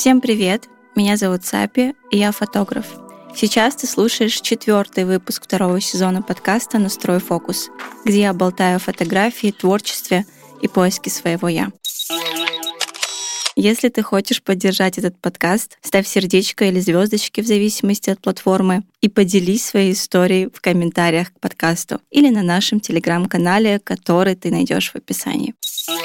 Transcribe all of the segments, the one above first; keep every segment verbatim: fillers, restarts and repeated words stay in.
Всем привет! Меня зовут Сапи, и я фотограф. Сейчас ты слушаешь четвертый выпуск второго сезона подкаста «Настрой фокус», где я болтаю о фотографии, творчестве и поиске своего «я». Если ты хочешь поддержать этот подкаст, ставь сердечко или звездочки в зависимости от платформы и поделись своей историей в комментариях к подкасту или на нашем телеграм-канале, который ты найдешь в описании.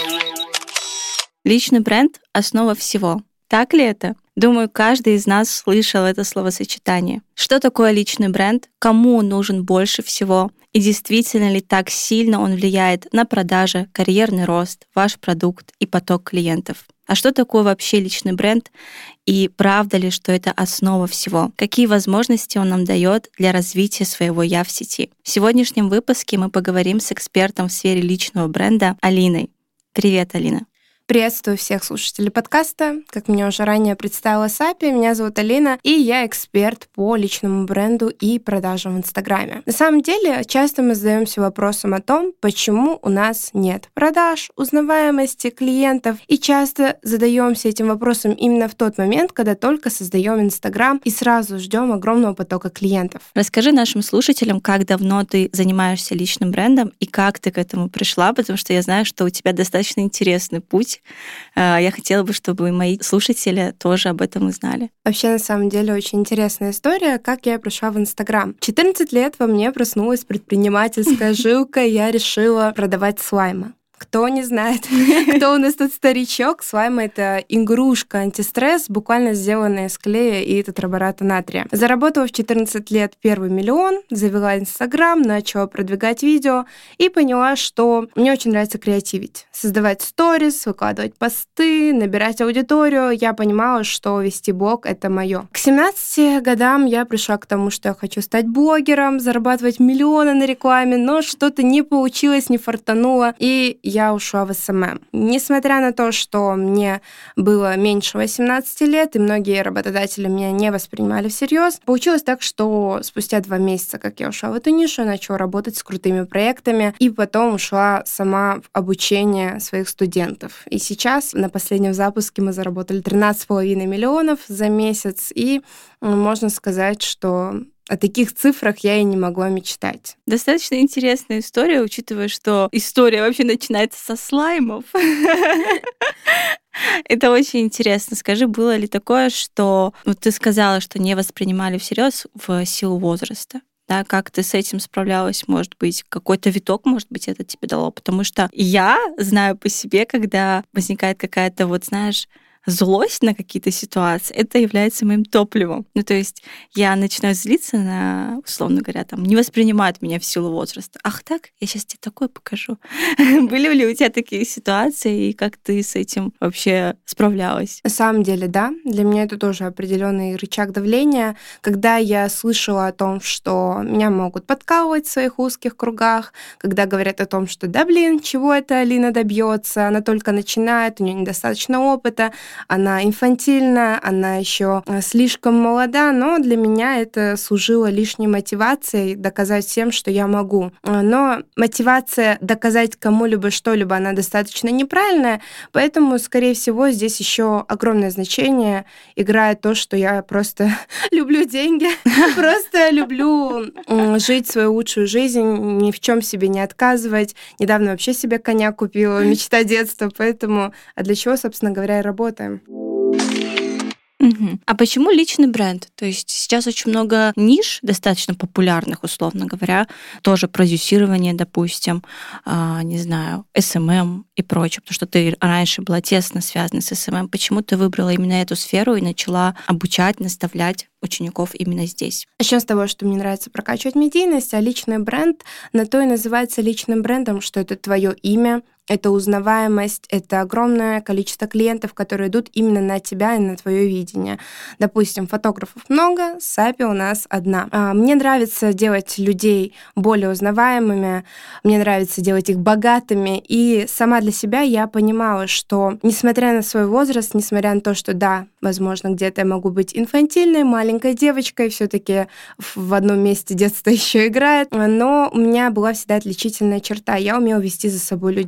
Личный бренд — основа всего. Так ли это? Думаю, каждый из нас слышал это словосочетание. Что такое личный бренд? Кому он нужен больше всего? И действительно ли так сильно он влияет на продажи, карьерный рост, ваш продукт и поток клиентов? А что такое вообще личный бренд? И правда ли, что это основа всего? Какие возможности он нам дает для развития своего «я» в сети? В сегодняшнем выпуске мы поговорим с экспертом в сфере личного бренда Алиной. Привет, Алина. Приветствую всех слушателей подкаста. Как меня уже ранее представила Сапи, меня зовут Алина, и я эксперт по личному бренду и продажам в Инстаграме. На самом деле, часто мы задаемся вопросом о том, почему у нас нет продаж, узнаваемости клиентов, и часто задаемся этим вопросом именно в тот момент, когда только создаем Инстаграм и сразу ждем огромного потока клиентов. Расскажи нашим слушателям, как давно ты занимаешься личным брендом и как ты к этому пришла, потому что я знаю, что у тебя достаточно интересный путь. Я хотела бы, чтобы мои слушатели тоже об этом узнали. Вообще, на самом деле, очень интересная история, как я пришла в Инстаграм. В четырнадцать лет во мне проснулась предпринимательская жилка, и я решила продавать слаймы. Кто не знает, кто у нас тут старичок, слайм — это игрушка антистресс, буквально сделанная из клея и тетрабората натрия. Заработала в четырнадцать лет первый миллион, завела Инстаграм, начала продвигать видео и поняла, что мне очень нравится креативить. Создавать сторис, выкладывать посты, набирать аудиторию. Я понимала, что вести блог — это мое. К семнадцати годам я пришла к тому, что я хочу стать блогером, зарабатывать миллионы на рекламе, но что-то не получилось, не фартануло, и я ушла в эс эм эм. Несмотря на то, что мне было меньше восемнадцати лет, и многие работодатели меня не воспринимали всерьез, получилось так, что спустя два месяца, как я ушла в эту нишу, я начала работать с крутыми проектами, и потом ушла сама в обучение своих студентов. И сейчас на последнем запуске мы заработали тринадцать с половиной миллионов за месяц, и можно сказать, что о таких цифрах я и не могла мечтать. Достаточно интересная история, учитывая, что история вообще начинается со слаймов. Это очень интересно. Скажи, было ли такое, что вот ты сказала, что не воспринимали всерьез в силу возраста? Да, как ты с этим справлялась? Может быть, какой-то виток, может быть, это тебе дало? Потому что я знаю по себе, когда возникает какая-то, вот знаешь, злость на какие-то ситуации, это является моим топливом. Ну, то есть я начинаю злиться на, условно говоря, там, не воспринимают меня в силу возраста. Ах так? Я сейчас тебе такое покажу. Были ли у тебя такие ситуации, и как ты с этим вообще справлялась? На самом деле, да. Для меня это тоже определенный рычаг давления. Когда я слышала о том, что меня могут подкалывать в своих узких кругах, когда говорят о том, что да, блин, чего это Алина добьется, она только начинает, у нее недостаточно опыта, она инфантильна, она еще слишком молода, но для меня это служило лишней мотивацией доказать всем, что я могу. Но мотивация доказать кому-либо что-либо, она достаточно неправильная, поэтому, скорее всего, здесь еще огромное значение играет то, что я просто люблю деньги, просто люблю жить свою лучшую жизнь, ни в чем себе не отказывать. Недавно вообще себе коня купила, мечта детства, поэтому, а для чего, собственно говоря, и работаем. Угу. А почему личный бренд? То есть сейчас очень много ниш, достаточно популярных, условно говоря, тоже продюсирование, допустим, а, не знаю, эс эм эм и прочее, потому что ты раньше была тесно связана с эс эм эм. Почему ты выбрала именно эту сферу и начала обучать, наставлять учеников именно здесь? Начнем с того, что мне нравится прокачивать медийность, а личный бренд на то и называется личным брендом, что это твое имя, это узнаваемость, это огромное количество клиентов, которые идут именно на тебя и на твое видение. Допустим, фотографов много, Сапи у нас одна. Мне нравится делать людей более узнаваемыми, мне нравится делать их богатыми, и сама для себя я понимала, что несмотря на свой возраст, несмотря на то, что да, возможно, где-то я могу быть инфантильной, маленькой девочкой, все-таки в одном месте детство еще играет, но у меня была всегда отличительная черта, я умела вести за собой людей.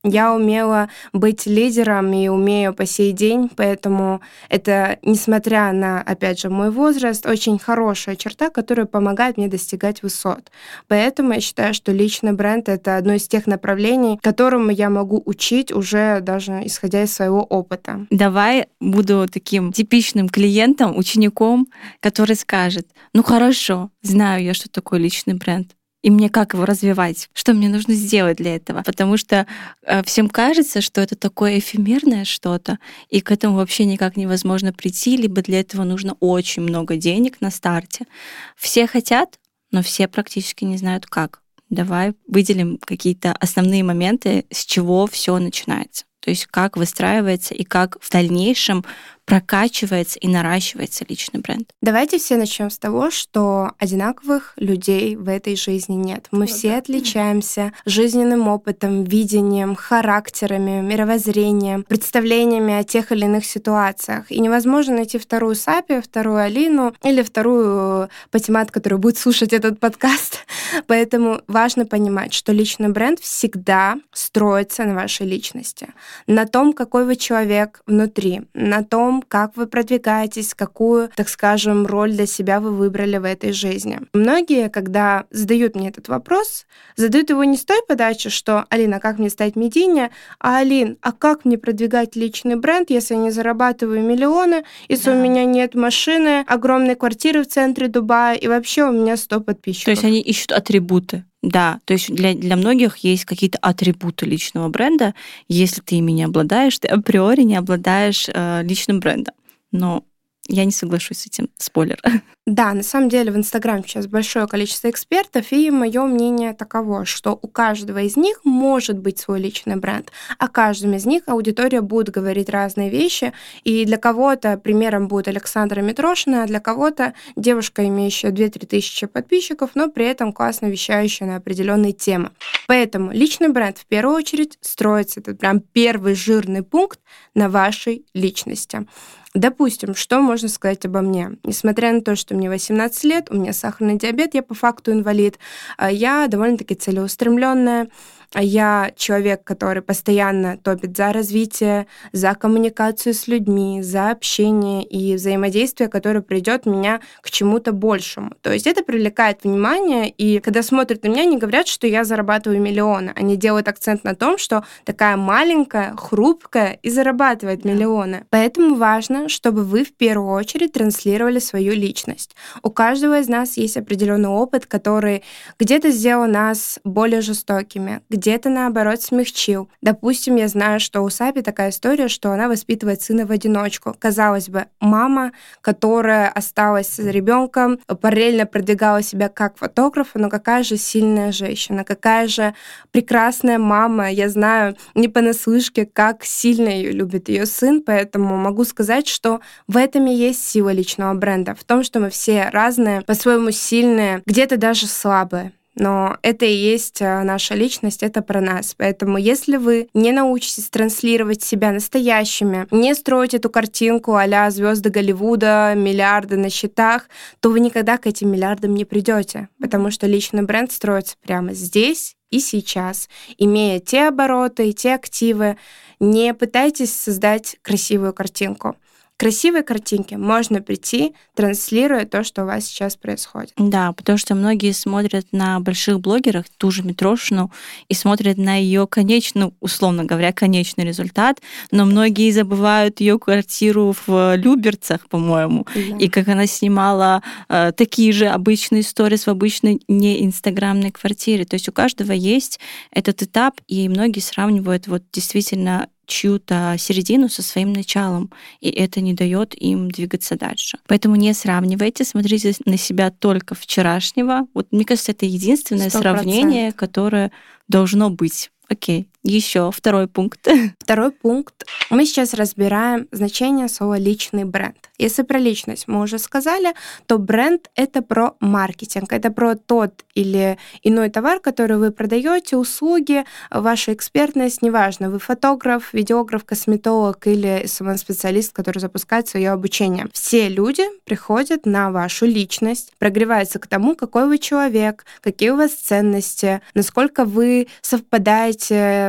Я умела быть лидером и умею по сей день, поэтому это, несмотря на, опять же, мой возраст, очень хорошая черта, которая помогает мне достигать высот. Поэтому я считаю, что личный бренд — это одно из тех направлений, которому я могу учить уже даже исходя из своего опыта. Давай буду таким типичным клиентом, учеником, который скажет: ну хорошо, знаю я, что такое личный бренд. И мне как его развивать? Что мне нужно сделать для этого? Потому что э, всем кажется, что это такое эфемерное что-то, и к этому вообще никак невозможно прийти, либо для этого нужно очень много денег на старте. Все хотят, но все практически не знают как. Давай выделим какие-то основные моменты, с чего все начинается. То есть как выстраивается и как в дальнейшем прокачивается и наращивается личный бренд. Давайте все начнем с того, что одинаковых людей в этой жизни нет. Мы вот все да. отличаемся жизненным опытом, видением, характерами, мировоззрением, представлениями о тех или иных ситуациях. И невозможно найти вторую Сапи, вторую Алину или вторую Патимат, которая будет слушать этот подкаст. Поэтому важно понимать, что личный бренд всегда строится на вашей личности, на том, какой вы человек внутри, на том, как вы продвигаетесь, какую, так скажем, роль для себя вы выбрали в этой жизни. Многие, когда задают мне этот вопрос, задают его не с той подачи, что «Алина, как мне стать медийнее?», а «Алин, а как мне продвигать личный бренд, если я не зарабатываю миллионы, если да. у меня нет машины, огромной квартиры в центре Дубая и вообще у меня сто подписчиков». То есть они ищут атрибуты. Да, то есть для, для многих есть какие-то атрибуты личного бренда. Если ты ими не обладаешь, ты априори не обладаешь э, личным брендом. Но я не соглашусь с этим. Спойлер. Да, на самом деле в Инстаграме сейчас большое количество экспертов, и мое мнение таково, что у каждого из них может быть свой личный бренд, о каждом из них аудитория будет говорить разные вещи, и для кого-то примером будет Александра Митрошина, а для кого-то девушка, имеющая две-три тысячи подписчиков, но при этом классно вещающая на определенные темы. Поэтому личный бренд в первую очередь строится, это прям первый жирный пункт на вашей личности. Допустим, что можно сказать обо мне? Несмотря на то, что мне восемнадцать лет, у меня сахарный диабет, я по факту инвалид, я довольно-таки целеустремленная, я человек, который постоянно топит за развитие, за коммуникацию с людьми, за общение и взаимодействие, которое придет меня к чему-то большему. То есть это привлекает внимание, и когда смотрят на меня, они говорят, что я зарабатываю миллионы. Они делают акцент на том, что такая маленькая, хрупкая и зарабатывает миллионы. Поэтому важно, чтобы вы в первую очередь транслировали свою личность. У каждого из нас есть определенный опыт, который где-то сделал нас более жестокими, где-то, наоборот, смягчил. Допустим, я знаю, что у Сапи такая история, что она воспитывает сына в одиночку. Казалось бы, мама, которая осталась с ребенком, параллельно продвигала себя как фотографа, но какая же сильная женщина, какая же прекрасная мама. Я знаю не понаслышке, как сильно ее любит ее сын, поэтому могу сказать, что в этом и есть сила личного бренда, в том, что мы все разные, по-своему сильные, где-то даже слабые. Но это и есть наша личность, это про нас. Поэтому если вы не научитесь транслировать себя настоящими, не строить эту картинку а-ля звезды Голливуда, миллиарды на счетах, то вы никогда к этим миллиардам не придете, потому что личный бренд строится прямо здесь и сейчас, имея те обороты и те активы. Не пытайтесь создать красивую картинку. К красивой картинке можно прийти, транслируя то, что у вас сейчас происходит. Да, потому что многие смотрят на больших блогерах, ту же Митрошину, и смотрят на ее конечный, ну, условно говоря, конечный результат, но многие забывают ее квартиру в Люберцах, по-моему, да. И как она снимала э, такие же обычные сторис в обычной не инстаграмной квартире. То есть у каждого есть этот этап, и многие сравнивают вот действительно чью-то середину со своим началом, и это не дает им двигаться дальше. Поэтому не сравнивайте, смотрите на себя только вчерашнего. Вот мне кажется, это единственное сто процентов сравнение, которое должно быть. Окей, еще второй пункт. Второй пункт. Мы сейчас разбираем значение слова «личный бренд». Если про личность мы уже сказали, то бренд — это про маркетинг, это про тот или иной товар, который вы продаете, услуги, ваша экспертность, неважно, вы фотограф, видеограф, косметолог или эс эм эм-специалист, который запускает свое обучение. Все люди приходят на вашу личность, прогреваются к тому, какой вы человек, какие у вас ценности, насколько вы совпадаете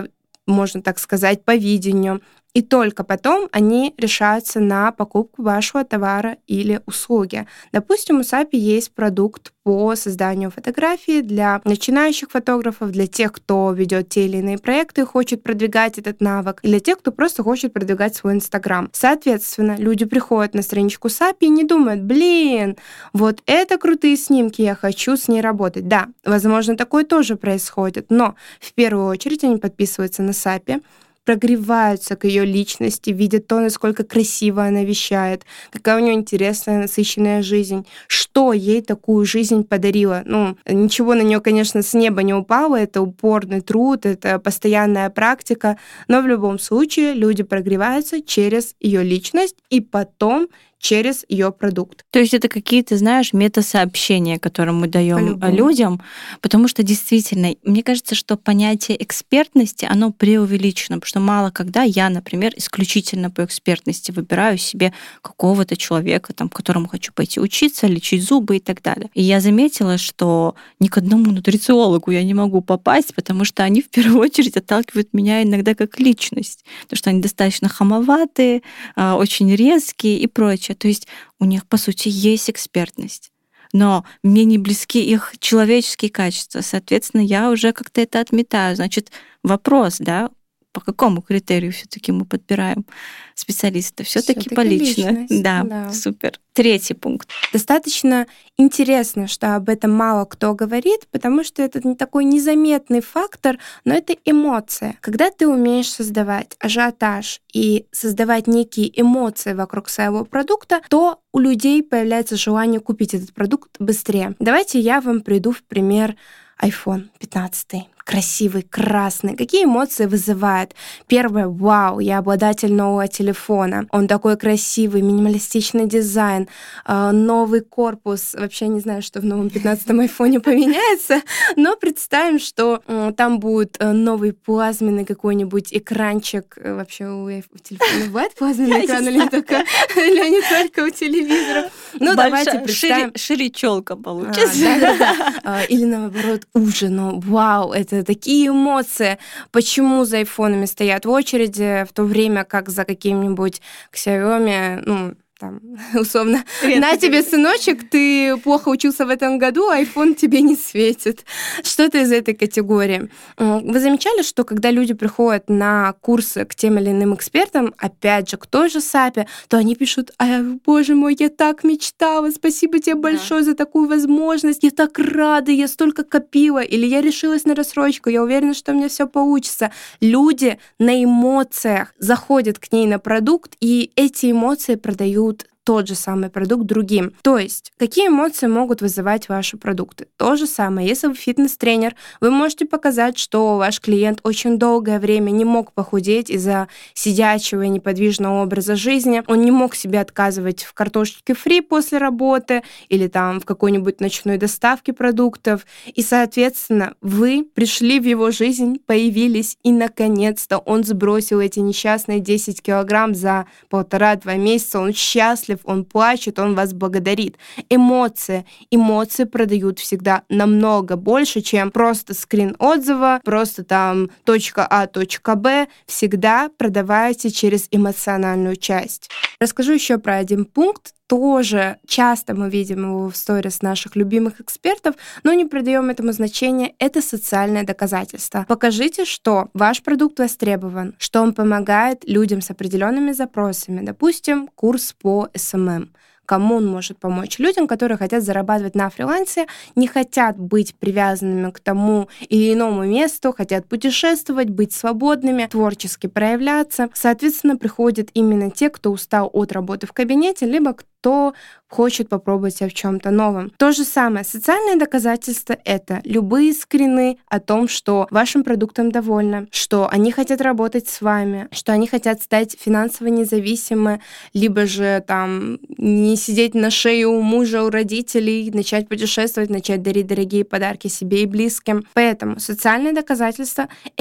можно так сказать, по видению. И только потом они решаются на покупку вашего товара или услуги. Допустим, у Сапи есть продукт по созданию фотографий для начинающих фотографов, для тех, кто ведет те или иные проекты и хочет продвигать этот навык, и для тех, кто просто хочет продвигать свой Инстаграм. Соответственно, люди приходят на страничку Сапи и не думают: блин, вот это крутые снимки, я хочу с ней работать. Да, возможно, такое тоже происходит, но в первую очередь они подписываются на Сапи, прогреваются к ее личности, видят то, насколько красиво она вещает, какая у нее интересная, насыщенная жизнь, что ей такую жизнь подарило. Ну, ничего на нее, конечно, с неба не упало, это упорный труд, это постоянная практика, но в любом случае люди прогреваются через ее личность и потом через ее продукт. То есть это какие-то, знаешь, мета-сообщения, которые мы даем людям, потому что действительно, мне кажется, что понятие экспертности, оно преувеличено, потому что мало когда я, например, исключительно по экспертности выбираю себе какого-то человека, там, к которому хочу пойти учиться, лечить зубы и так далее. И я заметила, что ни к одному нутрициологу я не могу попасть, потому что они в первую очередь отталкивают меня иногда как личность, потому что они достаточно хамоватые, очень резкие и прочее. То есть у них, по сути, есть экспертность, но мне не близки их человеческие качества. Соответственно, я уже как-то это отметаю. Значит, вопрос, да, по какому критерию все-таки мы подбираем специалиста? Все-таки по личности. Да, да, супер. Третий пункт. Достаточно интересно, что об этом мало кто говорит, потому что это не такой незаметный фактор, но это эмоция. Когда ты умеешь создавать ажиотаж и создавать некие эмоции вокруг своего продукта, то у людей появляется желание купить этот продукт быстрее. Давайте я вам приведу в пример айфон пятнадцать. Красивый, красный. Какие эмоции вызывает? Первое: вау, я обладатель нового телефона. Он такой красивый, минималистичный дизайн, новый корпус. Вообще не знаю, что в новом пятнадцатом айфоне поменяется, но представим, что там будет новый плазменный какой-нибудь экранчик. Вообще у телефона бывает плазменный экран или не только, или не только у телевизора? Ну, давайте представим. Шире челка получится. Или наоборот, ужин. Вау, это такие эмоции. Почему за айфонами стоят в очереди, в то время как за каким-нибудь Xiaomi, ну, там, условно, Редко на тебе, сыночек, ты плохо учился в этом году, а iPhone тебе не светит. Что-то из этой категории. Вы замечали, что когда люди приходят на курсы к тем или иным экспертам, опять же, к той же Сапи, то они пишут: а, боже мой, я так мечтала, спасибо тебе большое да. за такую возможность, я так рада, я столько копила, или я решилась на рассрочку, я уверена, что у меня все получится. Люди на эмоциях заходят к ней на продукт, и эти эмоции продают тот же самый продукт другим. То есть, какие эмоции могут вызывать ваши продукты? То же самое, если вы фитнес-тренер, вы можете показать, что ваш клиент очень долгое время не мог похудеть из-за сидячего и неподвижного образа жизни, он не мог себе отказывать в картошечке фри после работы или там в какой-нибудь ночной доставке продуктов, и, соответственно, вы пришли в его жизнь, появились, и, наконец-то, он сбросил эти несчастные десять килограмм за полтора-два месяца, он счастлив, он плачет, он вас благодарит. Эмоции. Эмоции продают всегда намного больше, чем просто скрин отзыва, просто там точка А, точка Б. Всегда продавайте через эмоциональную часть. Расскажу еще про один пункт. Тоже часто мы видим его в сторис наших любимых экспертов, но не придаем этому значения. Это социальное доказательство. Покажите, что ваш продукт востребован, что он помогает людям с определенными запросами. Допустим, курс по эс эм эм. Кому он может помочь? Людям, которые хотят зарабатывать на фрилансе, не хотят быть привязанными к тому или иному месту, хотят путешествовать, быть свободными, творчески проявляться. Соответственно, приходят именно те, кто устал от работы в кабинете, либо кто хочет попробовать себя в чем-то новом. То же самое. Социальные доказательства — это любые скрины о том, что вашим продуктом довольны, что они хотят работать с вами, что они хотят стать финансово независимы, либо же там не сидеть на шее у мужа, у родителей, начать путешествовать, начать дарить дорогие подарки себе и близким. Поэтому социальные доказательства — это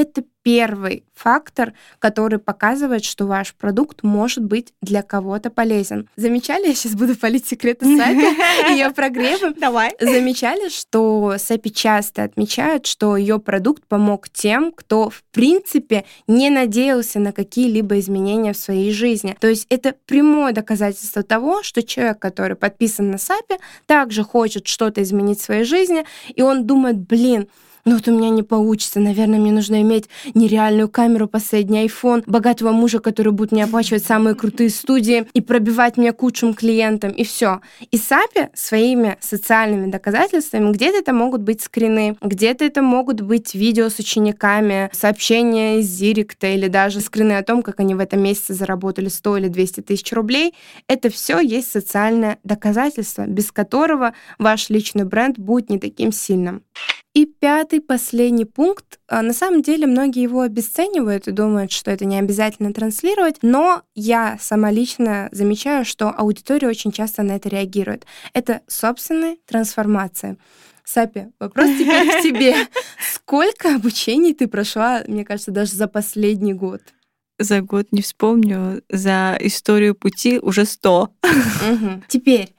первый фактор, который показывает, что ваш продукт может быть для кого-то полезен. Замечали, я сейчас буду палить секреты Сапи, ее прогревы. Давай. Замечали, что Сапи часто отмечают, что ее продукт помог тем, кто, в принципе, не надеялся на какие-либо изменения в своей жизни. То есть это прямое доказательство того, что человек, который подписан на Сапи, также хочет что-то изменить в своей жизни, и он думает, блин, ну вот у меня не получится, наверное, мне нужно иметь нереальную камеру, последний iPhone, богатого мужа, который будет мне оплачивать самые крутые студии и пробивать меня к лучшим клиентам, и все. И Сапи своими социальными доказательствами, где-то это могут быть скрины, где-то это могут быть видео с учениками, сообщения из директа или даже скрины о том, как они в этом месяце заработали сто или двести тысяч рублей. Это все есть социальное доказательство, без которого ваш личный бренд будет не таким сильным. И пятый, последний пункт. На самом деле многие его обесценивают и думают, что это не обязательно транслировать, но я сама лично замечаю, что аудитория очень часто на это реагирует. Это собственные трансформации. Сапи, вопрос теперь к тебе. Сколько обучений ты прошла, мне кажется, даже за последний год? За год не вспомню, за историю пути уже сто. Угу. Теперь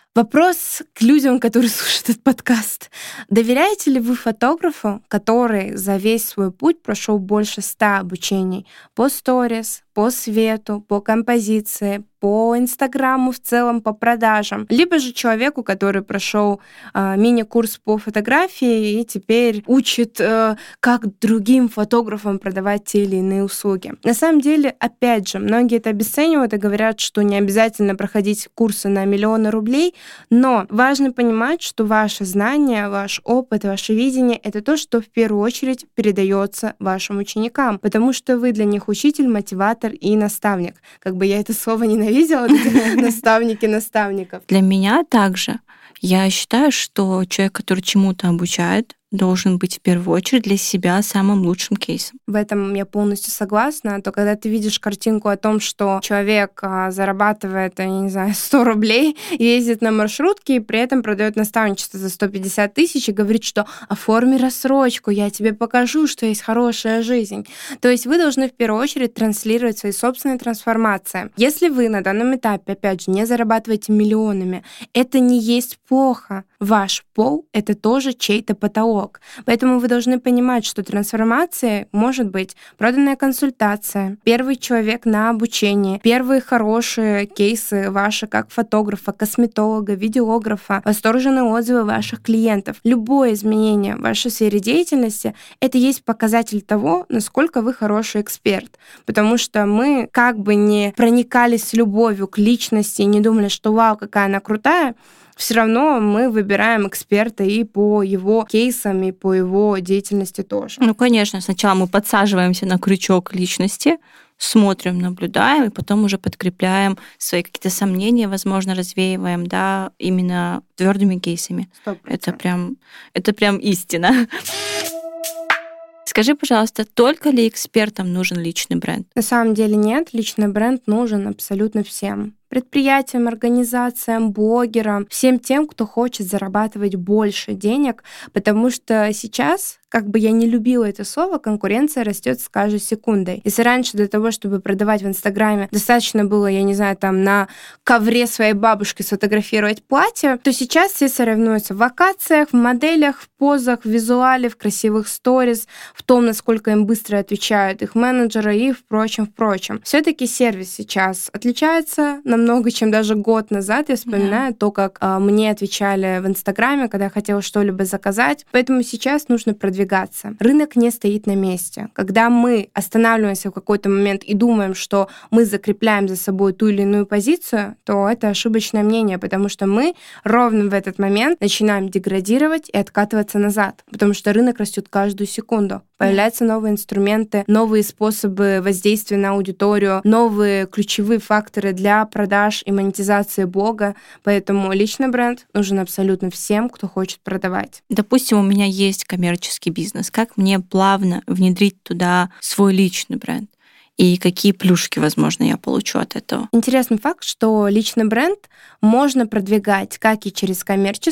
вопрос к людям, которые слушают этот подкаст. Доверяете ли вы фотографу, который за весь свой путь прошел больше ста обучений по сторис, по свету, по композиции, по Инстаграму в целом, по продажам, либо же человеку, который прошел э, мини-курс по фотографии и теперь учит, э, как другим фотографам продавать те или иные услуги. На самом деле, опять же, многие это обесценивают и говорят, что не обязательно проходить курсы на миллионы рублей, но важно понимать, что ваше знание, ваш опыт, ваше видение — это то, что в первую очередь передается вашим ученикам, потому что вы для них учитель, мотиватор и наставник. Как бы я это слово ненавидела, наставники наставников. Для меня также. Я считаю, что человек, который чему-то обучает, должен быть в первую очередь для себя самым лучшим кейсом. В этом я полностью согласна. То когда ты видишь картинку о том, что человек а, зарабатывает, я не знаю, сто рублей, ездит на маршрутке и при этом продает наставничество за сто пятьдесят тысяч и говорит, что оформи рассрочку, я тебе покажу, что есть хорошая жизнь. То есть вы должны в первую очередь транслировать свои собственные трансформации. Если вы на данном этапе, опять же, не зарабатываете миллионами, это не есть плохо. Ваш пол — это тоже чей-то потолок. Поэтому вы должны понимать, что трансформация может быть проданная консультация, первый человек на обучение, первые хорошие кейсы ваши как фотографа, косметолога, видеографа, восторженные отзывы ваших клиентов. Любое изменение в вашей сфере деятельности — это есть показатель того, насколько вы хороший эксперт. Потому что мы как бы не проникались любовью к личности и не думали, что вау, какая она крутая, все равно мы выбираем эксперта и по его кейсам, и по его деятельности тоже. Ну, конечно, сначала мы подсаживаемся на крючок личности, смотрим, наблюдаем, и потом уже подкрепляем свои какие-то сомнения, возможно, развеиваем, да, именно твердыми кейсами. сто процентов. Это прям, это прям истина. Скажи, пожалуйста, только ли экспертам нужен личный бренд? На самом деле нет, личный бренд нужен абсолютно всем. Предприятиям, организациям, блогерам, всем тем, кто хочет зарабатывать больше денег, потому что сейчас, как бы я не любила это слово, конкуренция растет с каждой секундой. Если раньше для того, чтобы продавать в Инстаграме, достаточно было, я не знаю, там на ковре своей бабушки сфотографировать платье, то сейчас все соревнуются в локациях, в моделях, в позах, в визуале, в красивых сторис, в том, насколько им быстро отвечают их менеджеры и впрочем, впрочем. Все-таки сервис сейчас отличается на много, чем даже год назад. Я вспоминаю yeah. то, как а, мне отвечали в Инстаграме, когда я хотела что-либо заказать. Поэтому сейчас нужно продвигаться. Рынок не стоит на месте. Когда мы останавливаемся в какой-то момент и думаем, что мы закрепляем за собой ту или иную позицию, то это ошибочное мнение, потому что мы ровно в этот момент начинаем деградировать и откатываться назад, потому что рынок растет каждую секунду. Появляются новые инструменты, новые способы воздействия на аудиторию, новые ключевые факторы для продаж и монетизации блога. Поэтому личный бренд нужен абсолютно всем, кто хочет продавать. Допустим, у меня есть коммерческий бизнес. Как мне плавно внедрить туда свой личный бренд? И какие плюшки, возможно, я получу от этого? Интересный факт, что личный бренд можно продвигать как и через коммерческий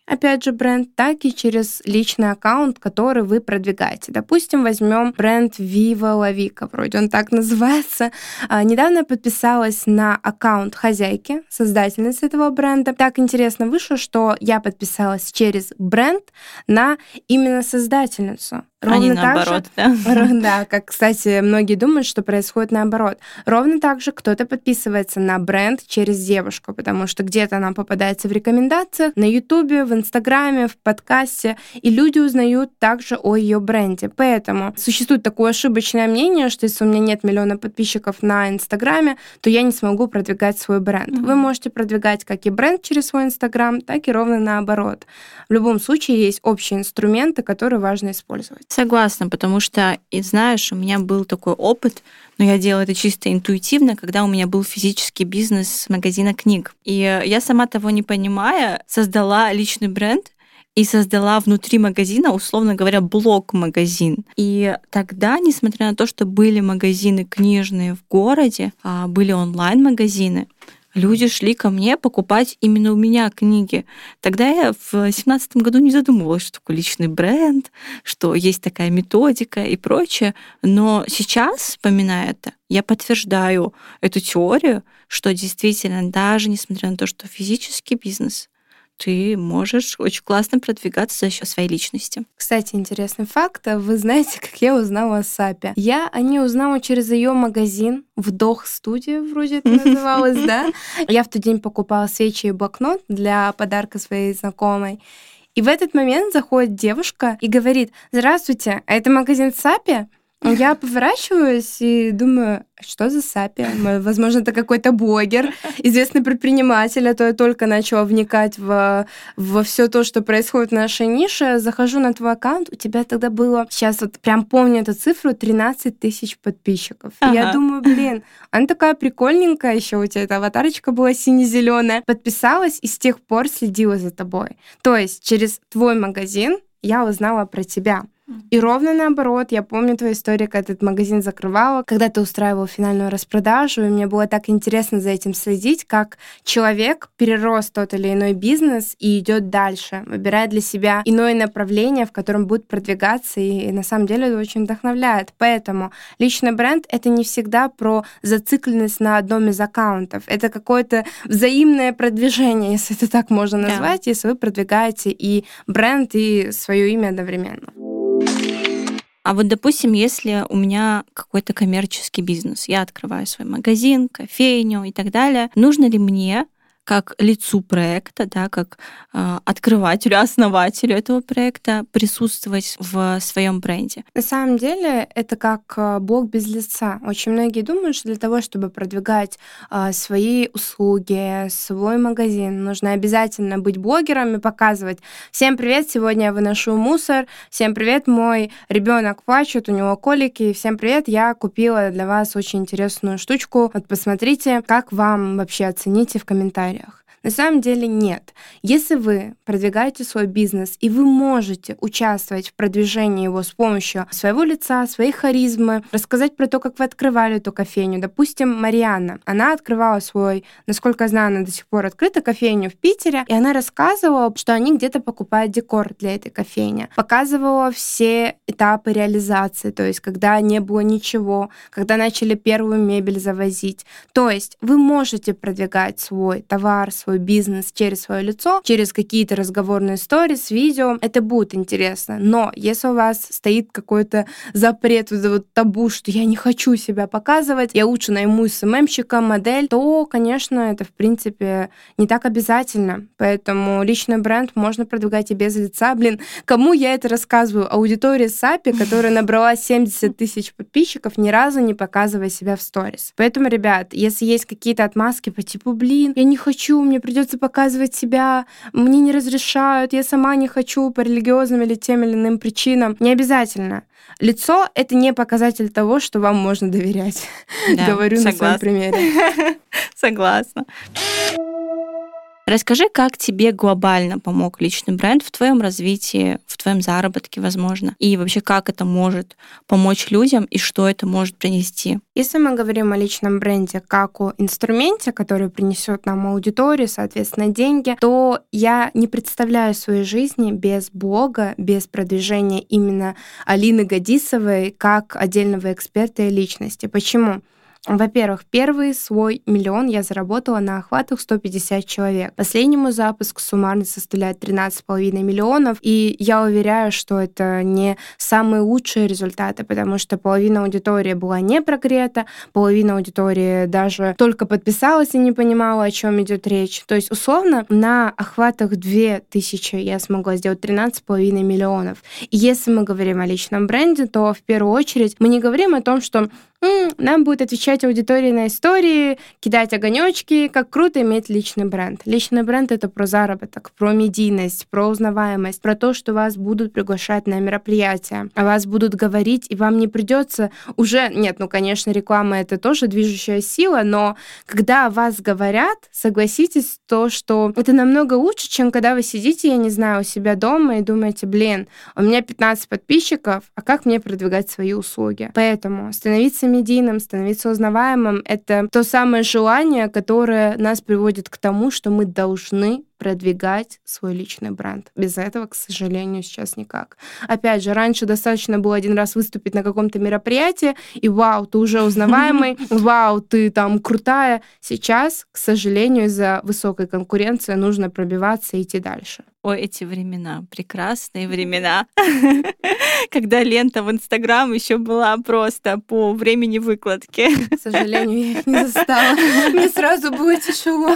опять же, бренд, так и через личный аккаунт, который вы продвигаете. Допустим, возьмем бренд Viva La Vica, вроде он так называется. Недавно я подписалась на аккаунт хозяйки, создательницы этого бренда. Так интересно вышло, что я подписалась через бренд на именно создательницу. Ровно а не наоборот, же, да? Да, как, кстати, многие думают, что происходит наоборот. Ровно так же кто-то подписывается на бренд через девушку, потому что где-то она попадается в рекомендациях, на Ютубе, в Инстаграме, в подкасте, и люди узнают также о ее бренде. Поэтому существует такое ошибочное мнение, что если у меня нет миллиона подписчиков на Инстаграме, то я не смогу продвигать свой бренд. Mm-hmm. Вы можете продвигать как и бренд через свой Инстаграм, так и ровно наоборот. В любом случае есть общие инструменты, которые важно использовать. Согласна, потому что, и знаешь, у меня был такой опыт, но я делала это чисто интуитивно, когда у меня был физический бизнес магазина книг. И я сама того не понимая, создала личный бренд и создала внутри магазина, условно говоря, блог-магазин. И тогда, несмотря на то, что были магазины книжные в городе, были онлайн-магазины, люди шли ко мне покупать именно у меня книги. Тогда я в две тысячи семнадцатом году не задумывалась, что такое личный бренд, что есть такая методика и прочее. Но сейчас, вспоминая это, я подтверждаю эту теорию, что действительно, даже несмотря на то, что физический бизнес, ты можешь очень классно продвигаться за счет своей личности. Кстати, интересный факт. Вы знаете, как я узнала о Сапе? Я о ней узнала через ее магазин «Вдох-студия», вроде это называлось, да? Я в тот день покупала свечи и блокнот для подарка своей знакомой. И в этот момент заходит девушка и говорит: «Здравствуйте, а это магазин Сапи?» Я поворачиваюсь и думаю, что за Сапи? Возможно, это какой-то блогер, известный предприниматель, а то я только начала вникать в, во все то, что происходит в нашей нише. Захожу на твой аккаунт, у тебя тогда было, сейчас вот прям помню эту цифру, тринадцать тысяч подписчиков. Ага. И я думаю, блин, она такая прикольненькая, еще у тебя эта аватарочка была сине-зеленая. Подписалась и с тех пор следила за тобой. То есть через твой магазин я узнала про тебя. И ровно наоборот, я помню твою историю, когда этот магазин закрывала, когда ты устраивал финальную распродажу, и мне было так интересно за этим следить, как человек перерос тот или иной бизнес и идет дальше, выбирает для себя иное направление, в котором будет продвигаться, и, и на самом деле это очень вдохновляет. Поэтому личный бренд — это не всегда про зацикленность на одном из аккаунтов, это какое-то взаимное продвижение, если это так можно назвать, да. Если вы продвигаете и бренд, и свое имя одновременно. А вот, допустим, если у меня какой-то коммерческий бизнес, я открываю свой магазин, кофейню и так далее, нужно ли мне, как лицу проекта, да, как э, открывателю, основателю этого проекта, присутствовать в своем бренде? На самом деле это как блог без лица. Очень многие думают, что для того, чтобы продвигать э, свои услуги, свой магазин, нужно обязательно быть блогером и показывать: всем привет, сегодня я выношу мусор, всем привет, мой ребенок плачет, у него колики, всем привет, я купила для вас очень интересную штучку, вот посмотрите, как вам вообще, оцените в комментариях. На самом деле нет. Если вы продвигаете свой бизнес, и вы можете участвовать в продвижении его с помощью своего лица, своей харизмы, рассказать про то, как вы открывали эту кофейню. Допустим, Марьяна, она открывала свой, насколько я знаю, она до сих пор открыта, кофейню в Питере, и она рассказывала, что они где-то покупают декор для этой кофейни. Показывала все этапы реализации, то есть когда не было ничего, когда начали первую мебель завозить. То есть вы можете продвигать свой товар, свой бизнес через свое лицо, через какие-то разговорные сторис, видео. Это будет интересно. Но если у вас стоит какой-то запрет, вот, вот табу, что я не хочу себя показывать, я лучше найму эс эм эм-щика, модель, то, конечно, это, в принципе, не так обязательно. Поэтому личный бренд можно продвигать и без лица. Блин, кому я это рассказываю? Аудитории Сапи, которая набрала семьдесят тысяч подписчиков, ни разу не показывая себя в сторис. Поэтому, ребят, если есть какие-то отмазки по типу, блин, я не хочу, мне придется показывать себя, мне не разрешают, я сама не хочу по религиозным или тем или иным причинам. Не обязательно. Лицо — это не показатель того, что вам можно доверять. Да, говорю согласна. На своем примере. Согласна. Расскажи, как тебе глобально помог личный бренд в твоем развитии, в твоем заработке, возможно, и вообще как это может помочь людям и что это может принести? Если мы говорим о личном бренде как о инструменте, который принесет нам аудиторию, соответственно, деньги, то я не представляю своей жизни без блога, без продвижения именно Алины Гадисовой как отдельного эксперта и личности. Почему? Во-первых, первый свой миллион я заработала на охватах сто пятьдесят человек. Последнему запуск суммарно составляет тринадцать с половиной миллионов, и я уверяю, что это не самые лучшие результаты, потому что половина аудитории была не прогрета, половина аудитории даже только подписалась и не понимала, о чем идет речь. То есть, условно, на охватах две тысячи я смогла сделать тринадцать с половиной миллионов. И если мы говорим о личном бренде, то в первую очередь мы не говорим о том, что М, нам будет отвечать аудитория на истории, кидать огонечки, как круто иметь личный бренд. Личный бренд — это про заработок, про медийность, про узнаваемость, про то, что вас будут приглашать на мероприятия, о вас будут говорить, и вам не придется уже... Нет, ну, конечно, реклама — это тоже движущая сила, но когда о вас говорят, согласитесь, то, что это намного лучше, чем когда вы сидите, я не знаю, у себя дома и думаете, блин, у меня пятнадцать подписчиков, а как мне продвигать свои услуги? Поэтому становиться медийным, становиться узнаваемым — это то самое желание, которое нас приводит к тому, что мы должны продвигать свой личный бренд. Без этого, к сожалению, сейчас никак. Опять же, раньше достаточно было один раз выступить на каком-то мероприятии, и вау, ты уже узнаваемый, вау, ты там крутая. Сейчас, к сожалению, из-за высокой конкуренции нужно пробиваться и идти дальше. Ой, эти времена, прекрасные времена, когда лента в Инстаграм еще была просто по времени выкладки. К сожалению, я их не застала. Мне сразу было тяжело.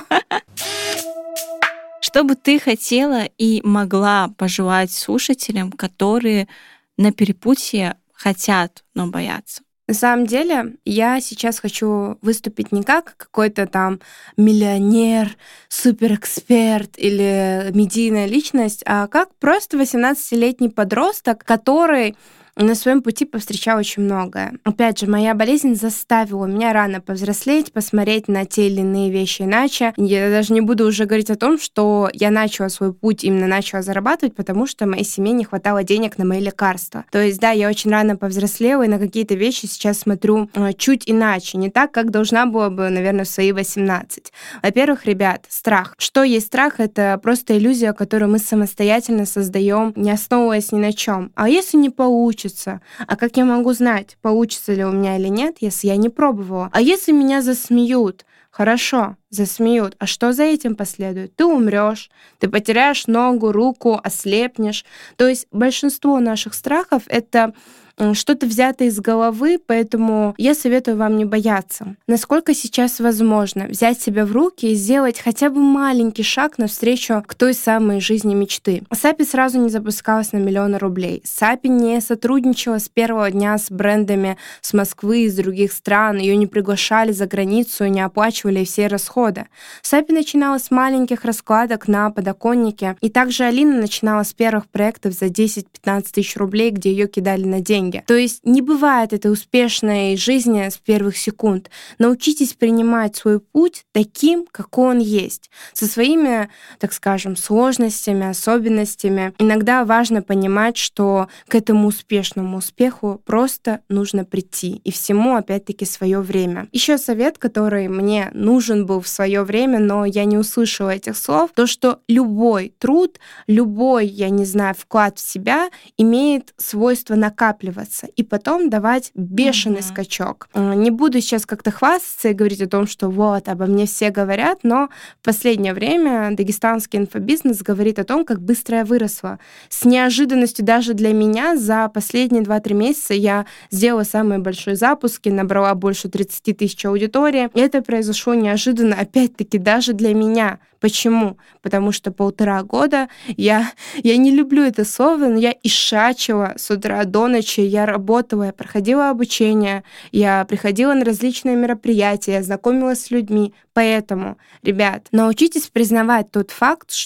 Что бы ты хотела и могла пожелать слушателям, которые на перепутье хотят, но боятся? На самом деле, я сейчас хочу выступить не как какой-то там миллионер, суперэксперт или медийная личность, а как просто восемнадцатилетний подросток, который на своем пути повстречал очень многое. Опять же, моя болезнь заставила меня рано повзрослеть, посмотреть на те или иные вещи иначе. Я даже не буду уже говорить о том, что я начала свой путь, именно начала зарабатывать, потому что моей семье не хватало денег на мои лекарства. То есть, да, я очень рано повзрослела, и на какие-то вещи сейчас смотрю э, чуть иначе, не так, как должна была бы, наверное, в свои восемнадцать. Во-первых, ребят, страх. Что есть страх? Это просто иллюзия, которую мы самостоятельно создаем, не основываясь ни на чем. А если не получится? А как я могу знать, получится ли у меня или нет, если я не пробовала? А если меня засмеют? Хорошо, засмеют. А что за этим последует? Ты умрешь, ты потеряешь ногу, руку, ослепнешь. То есть большинство наших страхов — это что-то взято из головы, поэтому я советую вам не бояться. Насколько сейчас возможно взять себя в руки и сделать хотя бы маленький шаг навстречу к той самой жизни мечты. Сапи сразу не запускалась на миллионы рублей. Сапи не сотрудничала с первого дня с брендами с Москвы, из других стран. Ее не приглашали за границу, не оплачивали все расходы. Сапи начинала с маленьких раскладок на подоконнике. И также Алина начинала с первых проектов за десять-пятнадцать тысяч рублей, где ее кидали на деньги. То есть не бывает этой успешной жизни с первых секунд. Научитесь принимать свой путь таким, какой он есть, со своими, так скажем, сложностями, особенностями. Иногда важно понимать, что к этому успешному успеху просто нужно прийти, и всему, опять-таки, свое время. Еще совет, который мне нужен был в свое время, но я не услышала этих слов, то, что любой труд, любой, я не знаю, вклад в себя имеет свойство накапливаться и потом давать бешеный mm-hmm. скачок. Не буду сейчас как-то хвастаться и говорить о том, что вот, обо мне все говорят, но в последнее время дагестанский инфобизнес говорит о том, как быстро я выросла. С неожиданностью даже для меня за последние два-три месяца я сделала самые большие запуски, набрала больше тридцать тысяч аудитории. И это произошло неожиданно, опять-таки, даже для меня. Почему? Потому что полтора года я, я не люблю это слово, но я ишачила с утра до ночи, я работала, я проходила обучение, я приходила на различные мероприятия, я знакомилась с людьми. Поэтому, ребят, научитесь признавать тот факт, что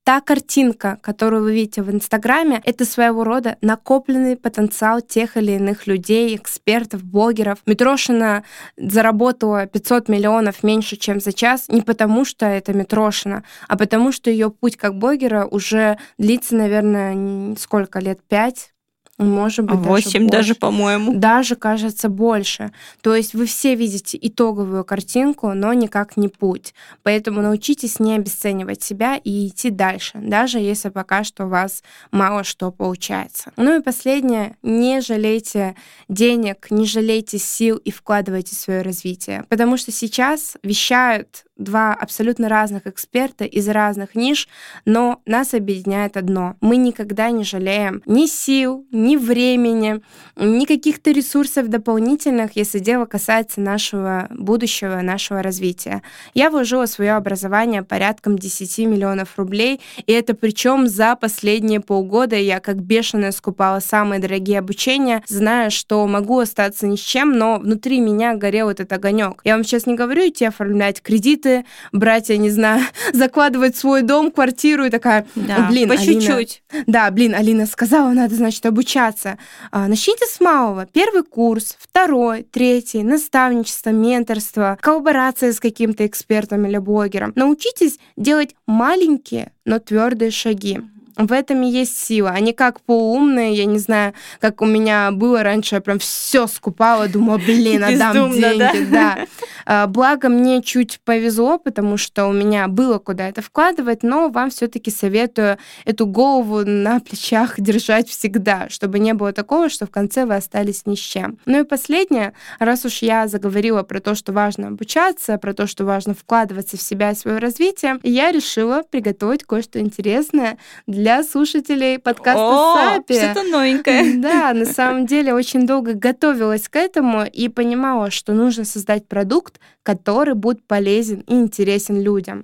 та картинка, которую вы видите в Инстаграме, это своего рода накопленный потенциал тех или иных людей, экспертов, блогеров. Митрошина заработала пятьсот миллионов меньше, чем за час, не потому что это Митрошина, а потому что ее путь как блогера уже длится, наверное, сколько лет? Пять? Может быть, восемь даже, даже, по-моему. Даже, кажется, больше. То есть вы все видите итоговую картинку, но никак не путь. Поэтому научитесь не обесценивать себя и идти дальше, даже если пока что у вас мало что получается. Ну и последнее. Не жалейте денег, не жалейте сил и вкладывайте в свое развитие. Потому что сейчас вещают два абсолютно разных эксперта из разных ниш, но нас объединяет одно. Мы никогда не жалеем ни сил, ни времени, ни каких-то ресурсов дополнительных, если дело касается нашего будущего, нашего развития. Я вложила в свое образование порядком десять миллионов рублей, и это причем за последние полгода я как бешеная скупала самые дорогие обучения, зная, что могу остаться ни с чем, но внутри меня горел этот огонек. Я вам сейчас не говорю идти оформлять кредиты, брать, я не знаю, закладывать свой дом, квартиру и такая, да, блин, по Алина... чуть-чуть. Да, блин, Алина сказала, надо, значит, обучаться. А, начните с малого. Первый курс, второй, третий, наставничество, менторство, коллаборация с каким-то экспертом или блогером. Научитесь делать маленькие, но твердые шаги. В этом и есть сила. Они как полуумные, я не знаю, как у меня было раньше, я прям все скупала, думала, блин, отдам деньги. Да. Да. Благо мне чуть повезло, потому что у меня было куда это вкладывать, но вам все-таки советую эту голову на плечах держать всегда, чтобы не было такого, что в конце вы остались ни с чем. Ну и последнее, раз уж я заговорила про то, что важно обучаться, про то, что важно вкладываться в себя и свое развитие, я решила приготовить кое-что интересное для для слушателей подкаста О, Сапи. Что-то новенькое. Да, на самом деле очень долго готовилась к этому и понимала, что нужно создать продукт, который будет полезен и интересен людям.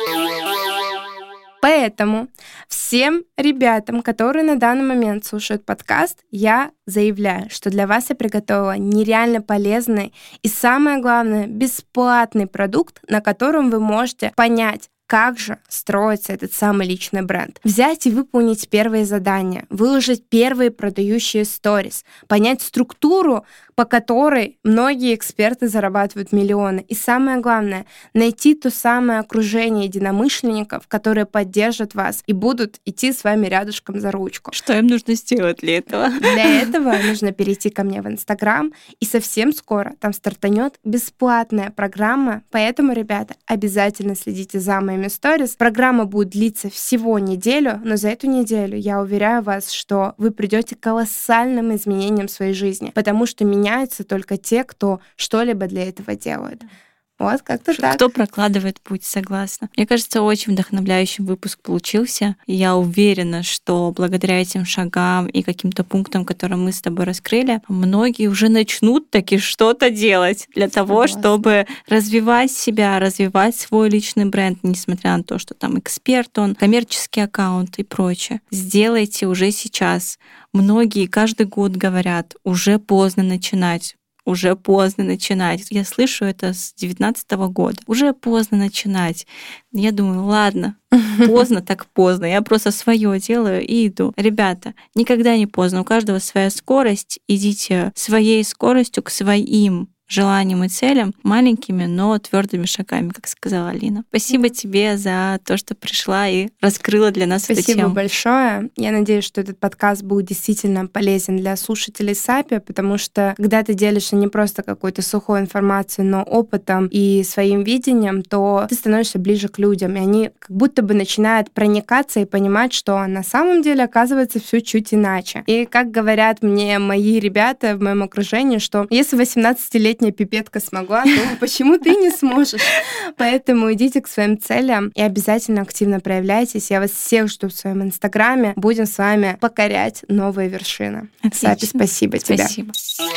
Поэтому всем ребятам, которые на данный момент слушают подкаст, я заявляю, что для вас я приготовила нереально полезный и, самое главное, бесплатный продукт, на котором вы можете понять, как же строится этот самый личный бренд. Взять и выполнить первые задания, выложить первые продающие сторис, понять структуру, по которой многие эксперты зарабатывают миллионы. И самое главное, найти то самое окружение единомышленников, которые поддержат вас и будут идти с вами рядышком за ручку. Что им нужно сделать для этого? Для этого нужно перейти ко мне в Инстаграм, и совсем скоро там стартанет бесплатная программа, поэтому, ребята, обязательно следите за моими сторис. Программа будет длиться всего неделю, но за эту неделю я уверяю вас, что вы придете к колоссальным изменениям в своей жизни, потому что меняются только те, кто что-либо для этого делает. Вот как-то так. Кто прокладывает путь, согласна. Мне кажется, очень вдохновляющий выпуск получился. И я уверена, что благодаря этим шагам и каким-то пунктам, которые мы с тобой раскрыли, многие уже начнут таки что-то делать для того, Согласна. Чтобы развивать себя, развивать свой личный бренд, несмотря на то, что там эксперт, он, коммерческий аккаунт и прочее. Сделайте уже сейчас. Многие каждый год говорят, уже поздно начинать. Уже поздно начинать. Я слышу это с девятнадцатого года. Уже поздно начинать. Я думаю, ладно, поздно так поздно. Я просто свое делаю и иду. Ребята, никогда не поздно. У каждого своя скорость. Идите своей скоростью к своим желаниям и целям, маленькими, но твердыми шагами, как сказала Алина. Спасибо тебе за то, что пришла и раскрыла для нас Спасибо эту тему. Спасибо большое. Я надеюсь, что этот подкаст был действительно полезен для слушателей Сапи, потому что когда ты делишься не просто какой-то сухой информацией, но опытом и своим видением, то ты становишься ближе к людям, и они как будто бы начинают проникаться и понимать, что на самом деле оказывается все чуть иначе. И как говорят мне мои ребята в моем окружении, что если восемнадцатилетний пипетка смогла, то почему ты не сможешь? Поэтому идите к своим целям и обязательно активно проявляйтесь. Я вас всех жду в своем Инстаграме. Будем с вами покорять новые вершины. Сапи, спасибо тебе. Спасибо.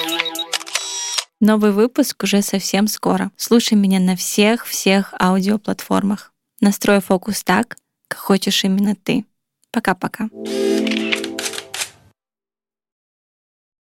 Новый выпуск уже совсем скоро. Слушай меня на всех-всех аудиоплатформах. Настрой фокус так, как хочешь именно ты. Пока-пока.